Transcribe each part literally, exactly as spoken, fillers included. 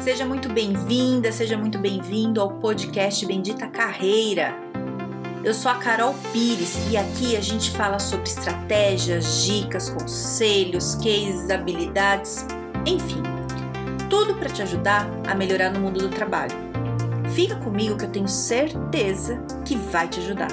Seja muito bem-vinda, seja muito bem-vindo ao podcast Bendita Carreira. Eu sou a Carol Pires e aqui a gente fala sobre estratégias, dicas, conselhos, cases, habilidades, enfim, tudo para te ajudar a melhorar no mundo do trabalho. Fica comigo que eu tenho certeza que vai te ajudar.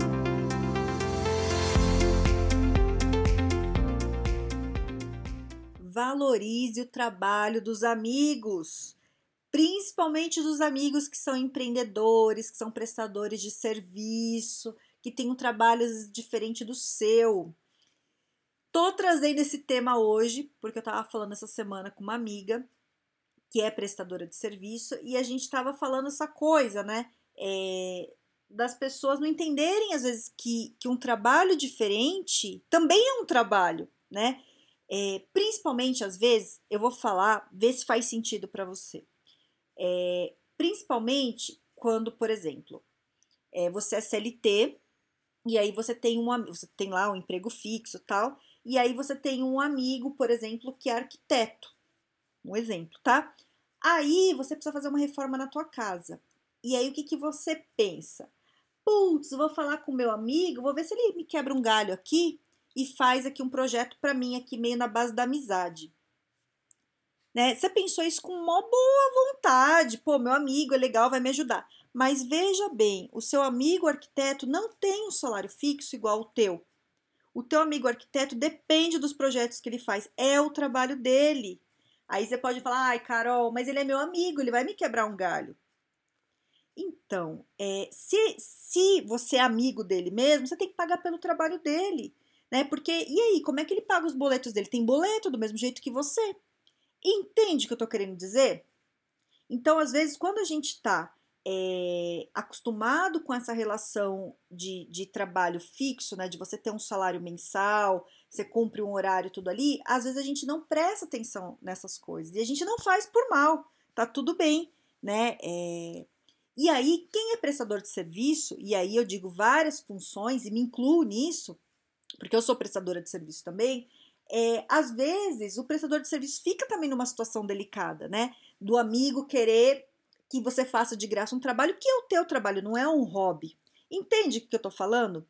Valorize o trabalho dos amigos, principalmente dos amigos que são empreendedores, que são prestadores de serviço, que têm um trabalho diferente do seu. Tô trazendo esse tema hoje, porque eu estava falando essa semana com uma amiga que é prestadora de serviço e a gente estava falando essa coisa, né, é, das pessoas não entenderem às vezes que, que um trabalho diferente também é um trabalho, né? É, principalmente, às vezes, eu vou falar, ver se faz sentido para você. É, principalmente quando, por exemplo, é, você é C L T e aí você tem, um, você tem lá um emprego fixo e tal, e aí você tem um amigo, por exemplo, que é arquiteto. Um exemplo, tá? Aí você precisa fazer uma reforma na tua casa. E aí o que, que você pensa? Putz, vou falar com o meu amigo, vou ver se ele me quebra um galho aqui e faz aqui um projeto para mim aqui meio na base da amizade. Né? Você pensou isso com uma boa vontade, pô, meu amigo é legal, vai me ajudar. Mas veja bem, o seu amigo arquiteto não tem um salário fixo igual o teu. O teu amigo arquiteto depende dos projetos que ele faz, é o trabalho dele. Aí você pode falar, ai Carol, mas ele é meu amigo, ele vai me quebrar um galho. Então, é, se, se você é amigo dele mesmo, você tem que pagar pelo trabalho dele. Né? Porque, e aí, como é que ele paga os boletos dele? Tem boleto do mesmo jeito que você. Entende o que eu tô querendo dizer? Então, às vezes, quando a gente tá é, acostumado com essa relação de, de trabalho fixo, né? De você ter um salário mensal, você cumpre um horário tudo ali, às vezes a gente não presta atenção nessas coisas. E a gente não faz por mal, tá tudo bem, né? É... E aí, quem é prestador de serviço, e aí eu digo várias funções e me incluo nisso, porque eu sou prestadora de serviço também, é, às vezes o prestador de serviço fica também numa situação delicada, né? Do amigo querer que você faça de graça um trabalho que é o teu trabalho, não é um hobby. Entende o que eu tô falando?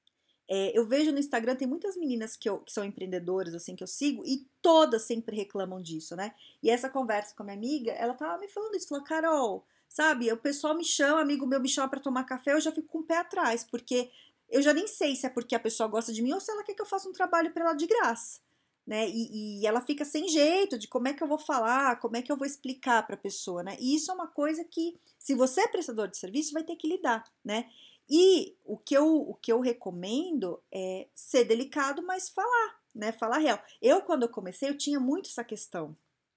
É, eu vejo no Instagram, tem muitas meninas que, eu, que são empreendedoras, assim, que eu sigo, e todas sempre reclamam disso, né? E essa conversa com a minha amiga, ela tava me falando isso, falou, Carol, sabe, o pessoal me chama, amigo meu me chama pra tomar café, eu já fico com o pé atrás, porque eu já nem sei se é porque a pessoa gosta de mim ou se ela quer que eu faça um trabalho para ela de graça, né? E, e ela fica sem jeito de como é que eu vou falar, como é que eu vou explicar para a pessoa, né? E isso é uma coisa que, se você é prestador de serviço, vai ter que lidar, né? E o que eu, o que eu recomendo é ser delicado, mas falar, né? Falar real. Eu, quando eu comecei, eu tinha muito essa questão.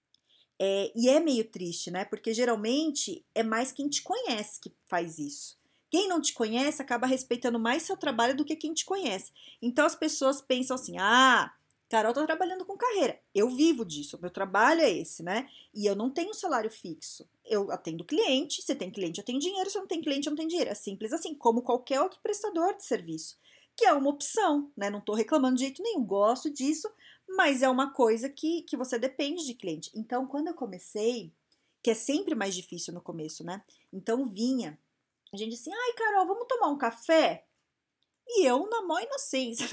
É, e é meio triste, né? Porque geralmente é mais quem te conhece que faz isso. Quem não te conhece acaba respeitando mais seu trabalho do que quem te conhece. Então as pessoas pensam assim: ah, Carol tá trabalhando com carreira. Eu vivo disso, meu trabalho é esse, né? E eu não tenho salário fixo. Eu atendo cliente, se tem cliente eu tenho dinheiro, se não tem cliente eu não tenho dinheiro. É simples assim, como qualquer outro prestador de serviço. Que é uma opção, né? Não tô reclamando de jeito nenhum, gosto disso, mas é uma coisa que, que você depende de cliente. Então, quando eu comecei, que é sempre mais difícil no começo, né? Então vinha a gente assim, ai Carol, vamos tomar um café? E eu, na maior inocência,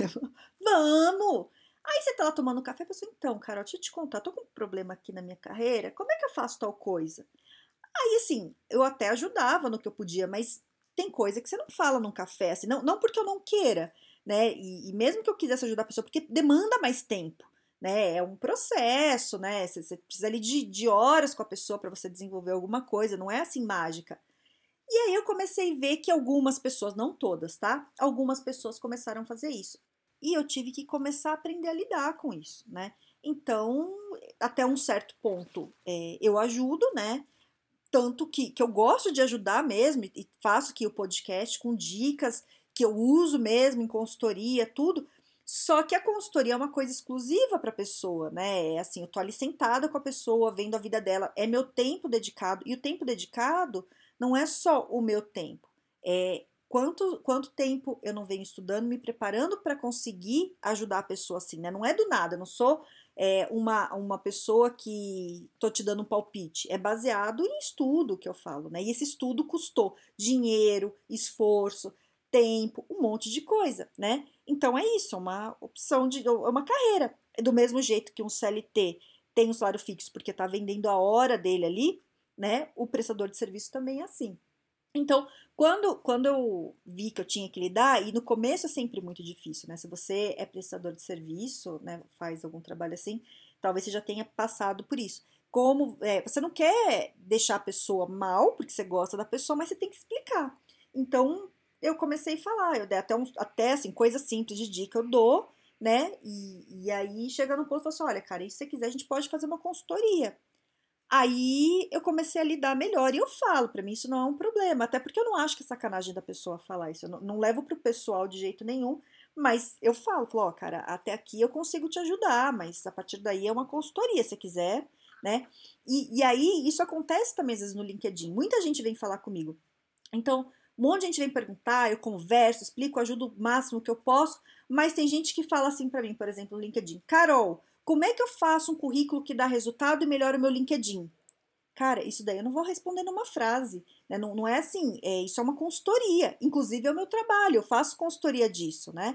vamos! Aí você tá lá tomando café, a pessoa, então, Carol, deixa eu te contar, tô com um problema aqui na minha carreira, como é que eu faço tal coisa? Aí, assim, eu até ajudava no que eu podia, mas tem coisa que você não fala num café, assim, não, não porque eu não queira, né? E, e mesmo que eu quisesse ajudar a pessoa, porque demanda mais tempo, né? É um processo, né? Você, você precisa ali de, de horas com a pessoa para você desenvolver alguma coisa, não é assim mágica. E aí eu comecei a ver que algumas pessoas, não todas, tá? Algumas pessoas começaram a fazer isso. E eu tive que começar a aprender a lidar com isso, né? Então, até um certo ponto, é, eu ajudo, né? Tanto que, que eu gosto de ajudar mesmo, e faço aqui o podcast com dicas que eu uso mesmo em consultoria, tudo. Só que a consultoria é uma coisa exclusiva para a pessoa, né? É assim, eu tô ali sentada com a pessoa, vendo a vida dela, é meu tempo dedicado, e o tempo dedicado não é só o meu tempo, é quanto, quanto tempo eu não venho estudando, me preparando para conseguir ajudar a pessoa assim, né? Não é do nada, eu não sou é, uma, uma pessoa que tô te dando um palpite, é baseado em estudo que eu falo, né? E esse estudo custou dinheiro, esforço, tempo, um monte de coisa, né? Então é isso, é uma opção de, é uma carreira. Do mesmo jeito que um C L T tem um salário fixo porque tá vendendo a hora dele ali, né? O prestador de serviço também é assim. Então, quando, quando eu vi que eu tinha que lidar, e no começo é sempre muito difícil, né? Se você é prestador de serviço, né, faz algum trabalho assim, talvez você já tenha passado por isso. Como é, você não quer deixar a pessoa mal, porque você gosta da pessoa, mas você tem que explicar. Então, eu comecei a falar, eu dei até, um, até assim, coisa simples de dica eu dou, né? E, e aí chega no ponto e fala assim: olha, cara, e se você quiser, a gente pode fazer uma consultoria. Aí eu comecei a lidar melhor e eu falo, pra mim isso não é um problema, até porque eu não acho que é sacanagem da pessoa falar isso, eu não, não levo pro pessoal de jeito nenhum, mas eu falo, falo, ó, cara, até aqui eu consigo te ajudar, mas a partir daí é uma consultoria, se quiser, né? E, e aí isso acontece também às vezes no LinkedIn, muita gente vem falar comigo, então um monte de gente vem perguntar, eu converso, explico, ajudo o máximo que eu posso, mas tem gente que fala assim pra mim, por exemplo, no LinkedIn, Carol, como é que eu faço um currículo que dá resultado e melhora o meu LinkedIn? Cara, isso daí eu não vou responder numa frase, né? Não, não é assim, é, isso é uma consultoria. Inclusive é o meu trabalho, eu faço consultoria disso, né?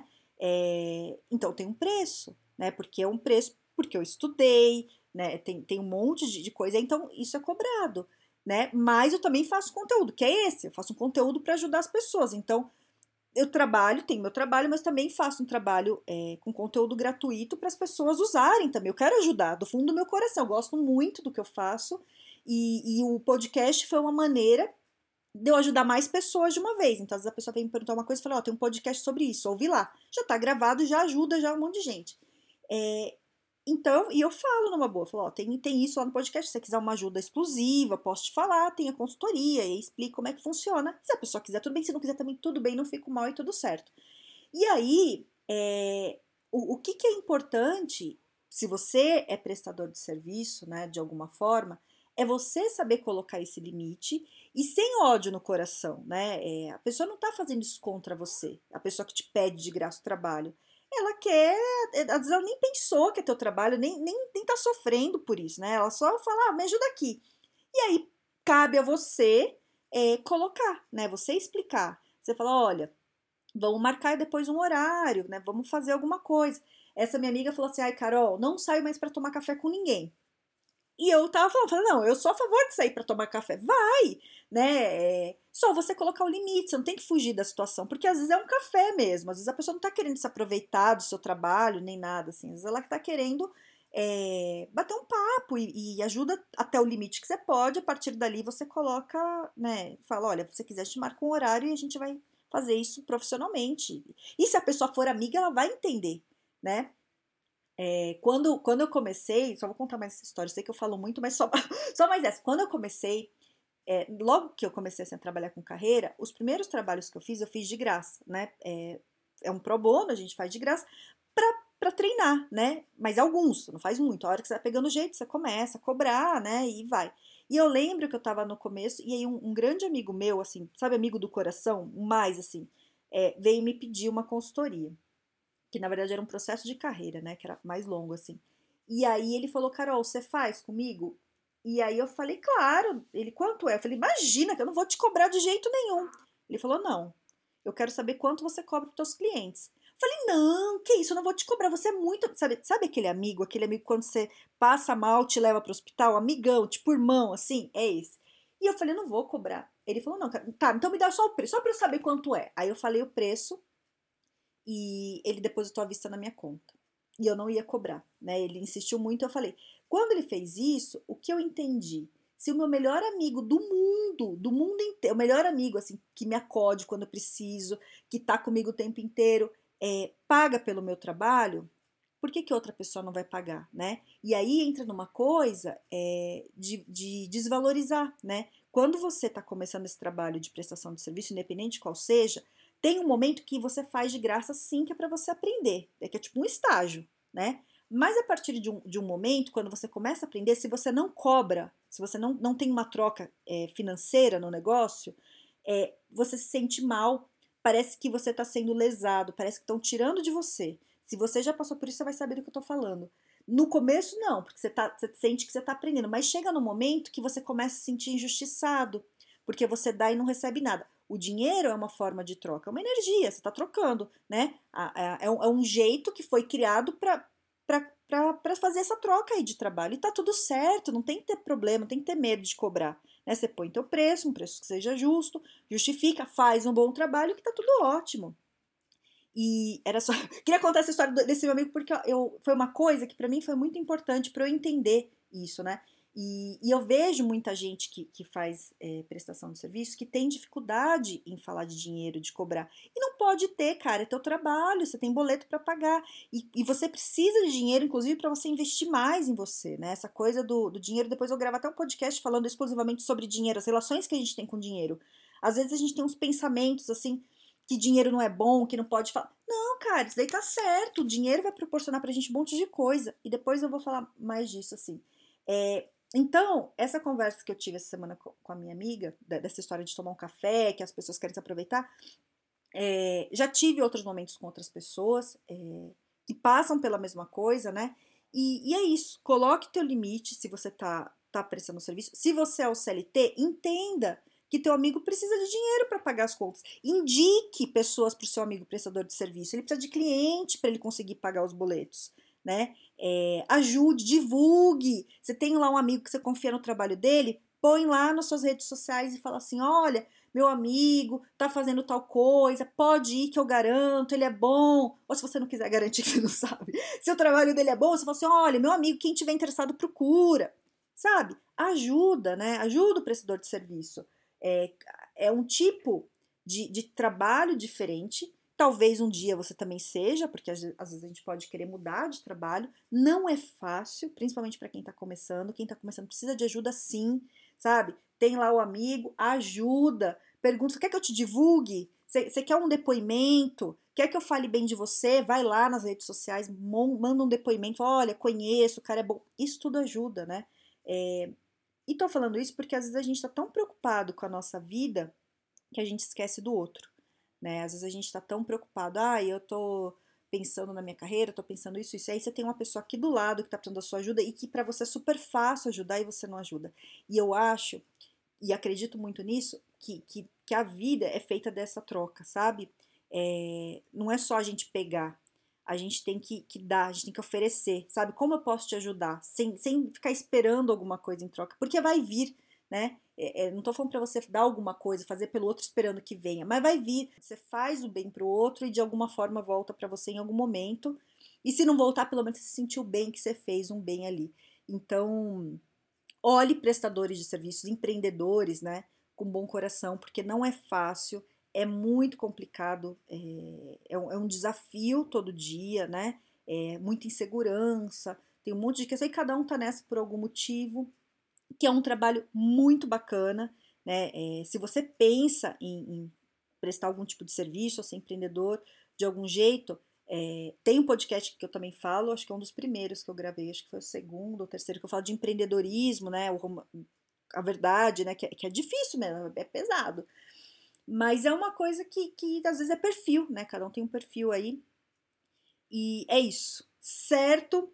É, então tem um preço, né? Porque é um preço, porque eu estudei, né? Tem, tem um monte de, de coisa, então isso é cobrado, né? Mas eu também faço conteúdo, que é esse, eu faço um conteúdo para ajudar as pessoas. Então, eu trabalho, tenho meu trabalho, mas também faço um trabalho é, com conteúdo gratuito para as pessoas usarem também. Eu quero ajudar, do fundo do meu coração. Eu gosto muito do que eu faço e, e o podcast foi uma maneira de eu ajudar mais pessoas de uma vez. Então, às vezes a pessoa vem me perguntar uma coisa e fala: ó, oh, tem um podcast sobre isso, ouvi lá. Já tá gravado, já ajuda já um monte de gente. É, então, e eu falo numa boa, eu falo, ó, tem, tem isso lá no podcast, se você quiser uma ajuda exclusiva, posso te falar, tem a consultoria, e aí explico como é que funciona. Se a pessoa quiser, tudo bem, se não quiser também, tudo bem, não fico mal e tudo certo. E aí, é, o, o que, que é importante, se você é prestador de serviço, né, de alguma forma, é você saber colocar esse limite e sem ódio no coração, né? É, a pessoa não tá fazendo isso contra você, a pessoa que te pede de graça o trabalho. Ela quer, às vezes ela nem pensou que é teu trabalho, nem, nem, nem tá sofrendo por isso, né? Ela só fala, ah, me ajuda aqui. E aí cabe a você é, colocar, né? Você explicar. Você fala, olha, vamos marcar depois um horário, né? Vamos fazer alguma coisa. Essa minha amiga falou assim, ai, Carol, não saio mais para tomar café com ninguém. E eu tava falando, falando, não, eu sou a favor de sair para tomar café. Vai, né? É, só você colocar o limite, você não tem que fugir da situação, porque às vezes é um café mesmo, às vezes a pessoa não tá querendo se aproveitar do seu trabalho, nem nada, assim. Às vezes ela tá querendo é, bater um papo e, e ajuda até o limite que você pode, a partir dali você coloca, né? Fala, olha, se você quiser, te marca um horário e a gente vai fazer isso profissionalmente. E se a pessoa for amiga, ela vai entender, né? É, quando, quando eu comecei, só vou contar mais essa história, eu sei que eu falo muito, mas só, só mais essa. Quando eu comecei, é, logo que eu comecei assim, a trabalhar com carreira, os primeiros trabalhos que eu fiz, eu fiz de graça, né? É, é um pro bono, a gente faz de graça, pra, pra treinar, né? Mas alguns, não faz muito. A hora que você vai pegando o jeito, você começa a cobrar, né? E vai. E eu lembro que eu tava no começo, e aí um, um grande amigo meu, assim, sabe, amigo do coração, mais assim, é, veio me pedir uma consultoria que na verdade era um processo de carreira, né, que era mais longo assim. E aí ele falou, Carol, você faz comigo? E aí eu falei, claro. Ele, quanto é? Eu falei, imagina que eu não vou te cobrar de jeito nenhum. Ele falou, não, eu quero saber quanto você cobra para os teus clientes. Eu falei, não, que isso, eu não vou te cobrar, você é muito, sabe, sabe aquele amigo, aquele amigo quando você passa mal, te leva para o hospital, amigão, tipo irmão, assim, é esse. E eu falei, não vou cobrar. Ele falou, não, tá, então me dá só o preço, só para eu saber quanto é. Aí eu falei o preço, e ele depositou à vista na minha conta. E eu não ia cobrar, né? Ele insistiu muito, eu falei. Quando ele fez isso, o que eu entendi? Se o meu melhor amigo do mundo, do mundo inteiro, o melhor amigo, assim, que me acode quando eu preciso, que tá comigo o tempo inteiro, é, paga pelo meu trabalho, por que, que outra pessoa não vai pagar, né? E aí entra numa coisa é, de, de desvalorizar, né? Quando você está começando esse trabalho de prestação de serviço, independente de qual seja, tem um momento que você faz de graça sim, que é para você aprender, é que é tipo um estágio, né? Mas a partir de um, de um momento, quando você começa a aprender, se você não cobra, se você não, não tem uma troca é, financeira no negócio, é, você se sente mal, parece que você está sendo lesado, parece que estão tirando de você. Se você já passou por isso, você vai saber do que eu tô falando. No começo, não, porque você, tá, você sente que você está aprendendo, mas chega no momento que você começa a se sentir injustiçado, porque você dá e não recebe nada. O dinheiro é uma forma de troca, é uma energia, você está trocando, né? É um, é um jeito que foi criado para fazer essa troca aí de trabalho. E tá tudo certo, não tem que ter problema, não tem que ter medo de cobrar. Né? Você põe teu preço, um preço que seja justo, justifica, faz um bom trabalho que tá tudo ótimo. E era só. Queria contar essa história desse meu amigo porque eu, foi uma coisa que para mim foi muito importante para eu entender isso, né? E, e eu vejo muita gente que, que faz é, prestação de serviço que tem dificuldade em falar de dinheiro, de cobrar. E não pode ter, cara, é teu trabalho, você tem boleto para pagar. E, e você precisa de dinheiro, inclusive, para você investir mais em você, né? Essa coisa do, do dinheiro. Depois eu gravo até um podcast falando exclusivamente sobre dinheiro, as relações que a gente tem com dinheiro. Às vezes a gente tem uns pensamentos assim que dinheiro não é bom, que não pode falar. Não, cara, isso daí tá certo. O dinheiro vai proporcionar pra gente um monte de coisa. E depois eu vou falar mais disso, assim. É, então, essa conversa que eu tive essa semana com a minha amiga, dessa história de tomar um café, que as pessoas querem se aproveitar, é, já tive outros momentos com outras pessoas é, que passam pela mesma coisa, né? E, e é isso. Coloque teu limite se você tá, tá prestando serviço. Se você é o C L T, entenda que teu amigo precisa de dinheiro para pagar as contas. Indique pessoas para o seu amigo prestador de serviço. Ele precisa de cliente para ele conseguir pagar os boletos, né? É, ajude, divulgue. Você tem lá um amigo que você confia no trabalho dele, põe lá nas suas redes sociais e fala assim, olha, meu amigo tá fazendo tal coisa, pode ir que eu garanto, ele é bom. Ou se você não quiser garantir que você não sabe. Se o trabalho dele é bom, você fala assim, olha, meu amigo, quem tiver interessado procura. Sabe? Ajuda, né? Ajuda o prestador de serviço. É, é um tipo de, de trabalho diferente. Talvez um dia você também seja, porque às vezes a gente pode querer mudar de trabalho. Não é fácil, principalmente para quem está começando. Quem está começando precisa de ajuda sim, sabe? Tem lá o amigo, ajuda. Pergunta, você quer que eu te divulgue? Você, você quer um depoimento? Quer que eu fale bem de você? Vai lá nas redes sociais, manda um depoimento. Olha, conheço, o cara é bom. Isso tudo ajuda, né? É, e tô falando isso porque às vezes a gente tá tão preocupado com a nossa vida que a gente esquece do outro, né? Às vezes a gente tá tão preocupado, ah, eu tô pensando na minha carreira, tô pensando isso, isso, e aí você tem uma pessoa aqui do lado que tá precisando da sua ajuda e que para você é super fácil ajudar e você não ajuda. E eu acho, e acredito muito nisso, que, que, que a vida é feita dessa troca, sabe? É, não é só a gente pegar, a gente tem que, que dar, a gente tem que oferecer, sabe? Como eu posso te ajudar? Sem, sem ficar esperando alguma coisa em troca, porque vai vir, né? É, é, não tô falando pra você dar alguma coisa, fazer pelo outro esperando que venha, mas vai vir. Você faz o bem pro outro e de alguma forma volta pra você em algum momento. E se não voltar, pelo menos você sentiu bem que você fez um bem ali. Então, olhe prestadores de serviços, empreendedores, né? Com bom coração, porque não é fácil. É muito complicado, é, é, um, é um desafio todo dia, né? É muita insegurança, tem um monte de questão e cada um tá nessa por algum motivo, que é um trabalho muito bacana, né? É, se você pensa em, em prestar algum tipo de serviço, ou ser empreendedor de algum jeito, é, tem um podcast que eu também falo, acho que é um dos primeiros que eu gravei, acho que foi o segundo ou terceiro, que eu falo de empreendedorismo, né? O, a verdade, né? Que é, que é difícil mesmo, é pesado. Mas é uma coisa que, que às vezes é perfil, né? Cada um tem um perfil aí. E é isso. Certo?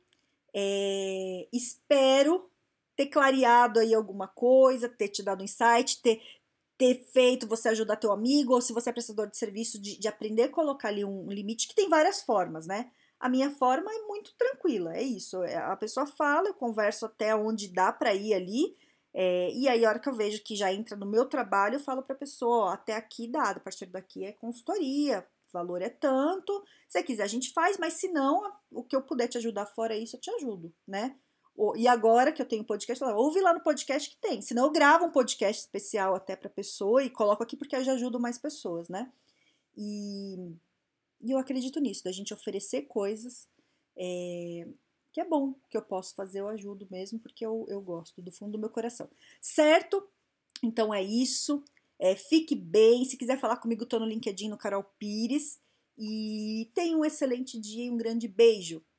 É, espero ter clareado aí alguma coisa, ter te dado um insight, ter, ter feito você ajudar teu amigo, ou se você é prestador de serviço, de, de aprender a colocar ali um limite, que tem várias formas, né? A minha forma é muito tranquila, é isso. A pessoa fala, eu converso até onde dá para ir ali, é, e aí a hora que eu vejo que já entra no meu trabalho, eu falo para a pessoa, ó, até aqui dá, a partir daqui é consultoria, o valor é tanto, se você quiser a gente faz, mas se não, o que eu puder te ajudar fora isso, eu te ajudo, né? E agora que eu tenho podcast, ouve lá no podcast que tem. Senão eu gravo um podcast especial até pra pessoa e coloco aqui porque eu já ajudo mais pessoas, né? E, e eu acredito nisso, da gente oferecer coisas é, que é bom, que eu posso fazer, eu ajudo mesmo, porque eu, eu gosto do fundo do meu coração. Certo? Então é isso. É, fique bem. Se quiser falar comigo, tô no LinkedIn, no Carol Pires. E tenha um excelente dia e um grande beijo.